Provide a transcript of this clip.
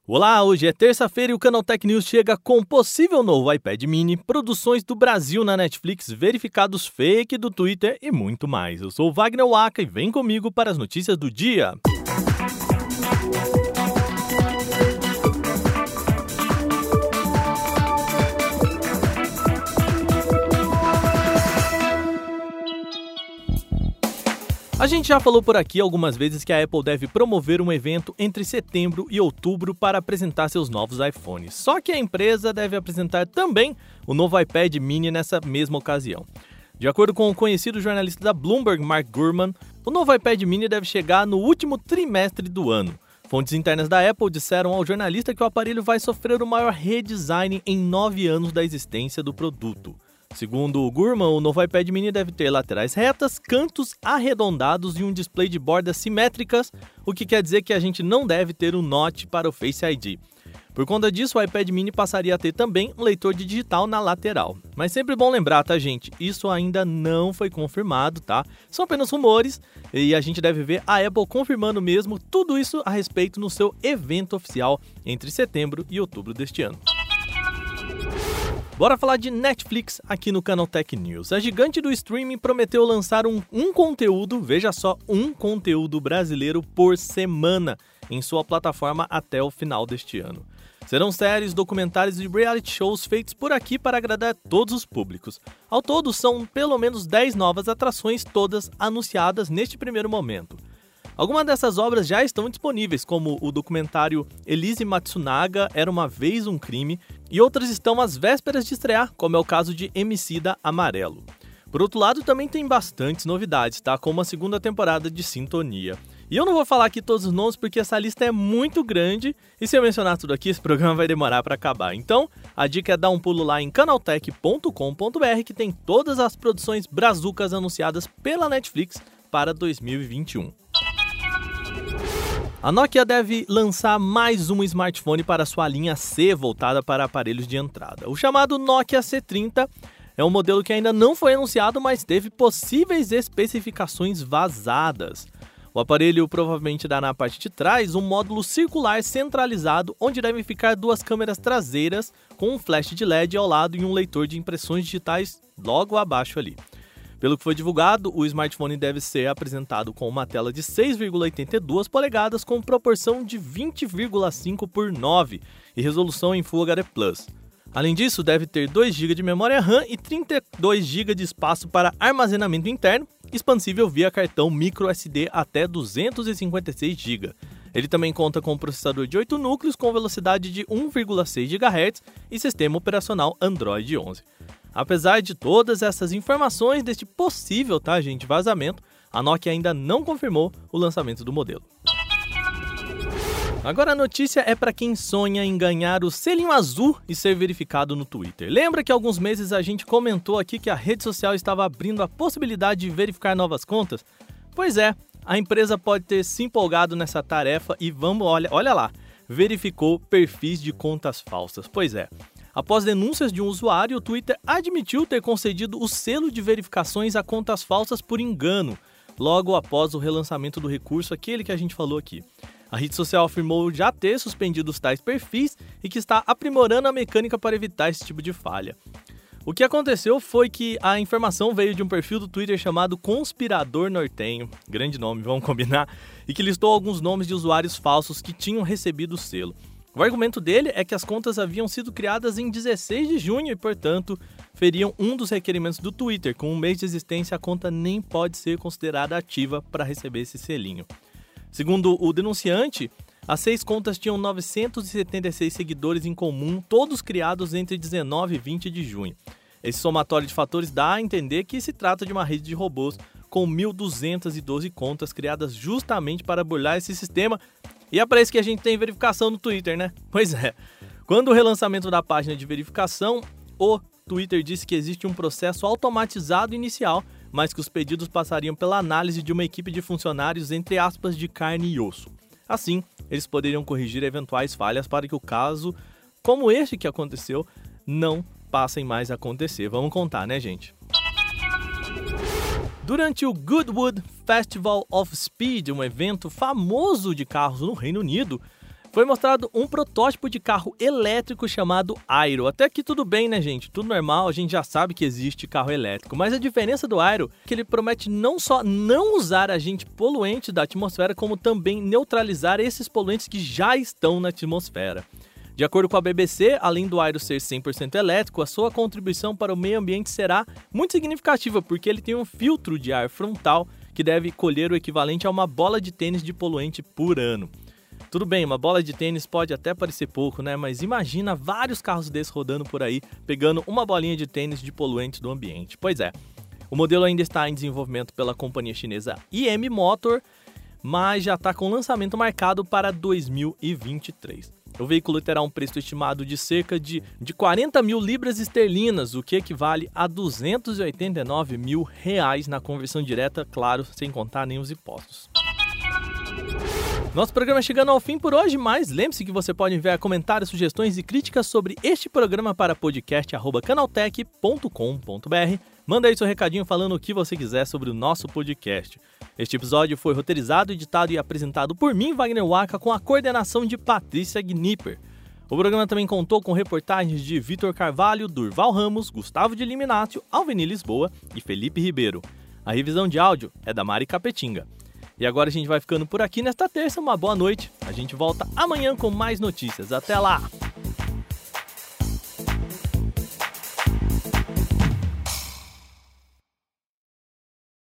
Olá, hoje é terça-feira e o Canaltech News chega com possível novo iPad mini, produções do Brasil na Netflix, verificados fake do Twitter e muito mais. Eu sou o Wagner Waka e vem comigo para as notícias do dia. A gente já falou por aqui algumas vezes que a Apple deve promover um evento entre setembro e outubro para apresentar seus novos iPhones. Só que a empresa deve apresentar também o novo iPad mini nessa mesma ocasião. De acordo com o conhecido jornalista da Bloomberg, Mark Gurman, o novo iPad mini deve chegar no último trimestre do ano. Fontes internas da Apple disseram ao jornalista que o aparelho vai sofrer o maior redesign em 9 anos da existência do produto. Segundo o Gurman, o novo iPad mini deve ter laterais retas, cantos arredondados e um display de bordas simétricas, o que quer dizer que a gente não deve ter um notch para o Face ID. Por conta disso, o iPad mini passaria a ter também um leitor de digital na lateral. Mas sempre bom lembrar, tá, gente? Isso ainda não foi confirmado, tá? São apenas rumores e a gente deve ver a Apple confirmando mesmo tudo isso a respeito no seu evento oficial entre setembro e outubro deste ano. Bora falar de Netflix aqui no Canaltech News. A gigante do streaming prometeu lançar um conteúdo, veja só, um conteúdo brasileiro por semana em sua plataforma até o final deste ano. Serão séries, documentários e reality shows feitos por aqui para agradar todos os públicos. Ao todo, são pelo menos 10 novas atrações, todas anunciadas neste primeiro momento. Algumas dessas obras já estão disponíveis, como o documentário Elise Matsunaga, Era Uma Vez um Crime, e outras estão às vésperas de estrear, como é o caso de Emicida Amarelo. Por outro lado, também tem bastantes novidades, tá? Como a segunda temporada de Sintonia. E eu não vou falar aqui todos os nomes porque essa lista é muito grande e se eu mencionar tudo aqui, esse programa vai demorar para acabar. Então, a dica é dar um pulo lá em canaltech.com.br que tem todas as produções brazucas anunciadas pela Netflix para 2021. A Nokia deve lançar mais um smartphone para sua linha C voltada para aparelhos de entrada. O chamado Nokia C30 é um modelo que ainda não foi anunciado, mas teve possíveis especificações vazadas. O aparelho provavelmente dá na parte de trás um módulo circular centralizado, onde devem ficar 2 câmeras traseiras com um flash de LED ao lado e um leitor de impressões digitais logo abaixo ali. Pelo que foi divulgado, o smartphone deve ser apresentado com uma tela de 6,82 polegadas com proporção de 20,5 por 9 e resolução em Full HD+. Além disso, deve ter 2 GB de memória RAM e 32 GB de espaço para armazenamento interno, expansível via cartão microSD até 256 GB. Ele também conta com um processador de 8 núcleos com velocidade de 1,6 GHz e sistema operacional Android 11. Apesar de todas essas informações deste possível, vazamento, a Nokia ainda não confirmou o lançamento do modelo. Agora a notícia é para quem sonha em ganhar o selinho azul e ser verificado no Twitter. Lembra que há alguns meses a gente comentou aqui que a rede social estava abrindo a possibilidade de verificar novas contas? Pois é, a empresa pode ter se empolgado nessa tarefa e olha lá, verificou perfis de contas falsas. Pois é. Após denúncias de um usuário, o Twitter admitiu ter concedido o selo de verificações a contas falsas por engano, logo após o relançamento do recurso, aquele que a gente falou aqui. A rede social afirmou já ter suspendido os tais perfis e que está aprimorando a mecânica para evitar esse tipo de falha. O que aconteceu foi que a informação veio de um perfil do Twitter chamado Conspirador Nortenho, grande nome, vamos combinar, e que listou alguns nomes de usuários falsos que tinham recebido o selo. O argumento dele é que as contas haviam sido criadas em 16 de junho e, portanto, feriam um dos requerimentos do Twitter. Com um mês de existência, a conta nem pode ser considerada ativa para receber esse selinho. Segundo o denunciante, as 6 contas tinham 976 seguidores em comum, todos criados entre 19 e 20 de junho. Esse somatório de fatores dá a entender que se trata de uma rede de robôs com 1.212 contas criadas justamente para burlar esse sistema. E é para isso que a gente tem verificação no Twitter, né? Pois é. Quando o relançamento da página de verificação, o Twitter disse que existe um processo automatizado inicial, mas que os pedidos passariam pela análise de uma equipe de funcionários, entre aspas, de carne e osso. Assim, eles poderiam corrigir eventuais falhas para que o caso, como este que aconteceu, não passem mais a acontecer. Vamos contar, né, gente? Durante o Goodwood Festival of Speed, um evento famoso de carros no Reino Unido, Foi mostrado um protótipo de carro elétrico chamado Airo. Até aqui tudo bem, né, gente? Tudo normal, a gente já sabe que existe carro elétrico. Mas a diferença do Airo é que ele promete não só não usar agente poluente da atmosfera, como também neutralizar esses poluentes que já estão na atmosfera. De acordo com a BBC, além do Airo ser 100% elétrico, a sua contribuição para o meio ambiente será muito significativa, porque ele tem um filtro de ar frontal que deve colher o equivalente a uma bola de tênis de poluente por ano. Tudo bem, uma bola de tênis pode até parecer pouco, né? Mas imagina vários carros desses rodando por aí, pegando uma bolinha de tênis de poluentes do ambiente. Pois é, o modelo ainda está em desenvolvimento pela companhia chinesa IM Motor, mas já está com lançamento marcado para 2023. O veículo terá um preço estimado de cerca de 40 mil libras esterlinas, o que equivale a 289 mil reais na conversão direta, claro, sem contar nem os impostos. Nosso programa chegando ao fim por hoje, mas lembre-se que você pode enviar comentários, sugestões e críticas sobre este programa para podcast@canaltech.com.br. Manda aí seu recadinho falando o que você quiser sobre o nosso podcast. Este episódio foi roteirizado, editado e apresentado por mim, Wagner Waka, com a coordenação de Patrícia Gnipper. O programa também contou com reportagens de Vitor Carvalho, Durval Ramos, Gustavo de Liminatio, Alveni Lisboa e Felipe Ribeiro. A revisão de áudio é da Mari Capetinga. E agora a gente vai ficando por aqui nesta terça. Uma boa noite. A gente volta amanhã com mais notícias. Até lá!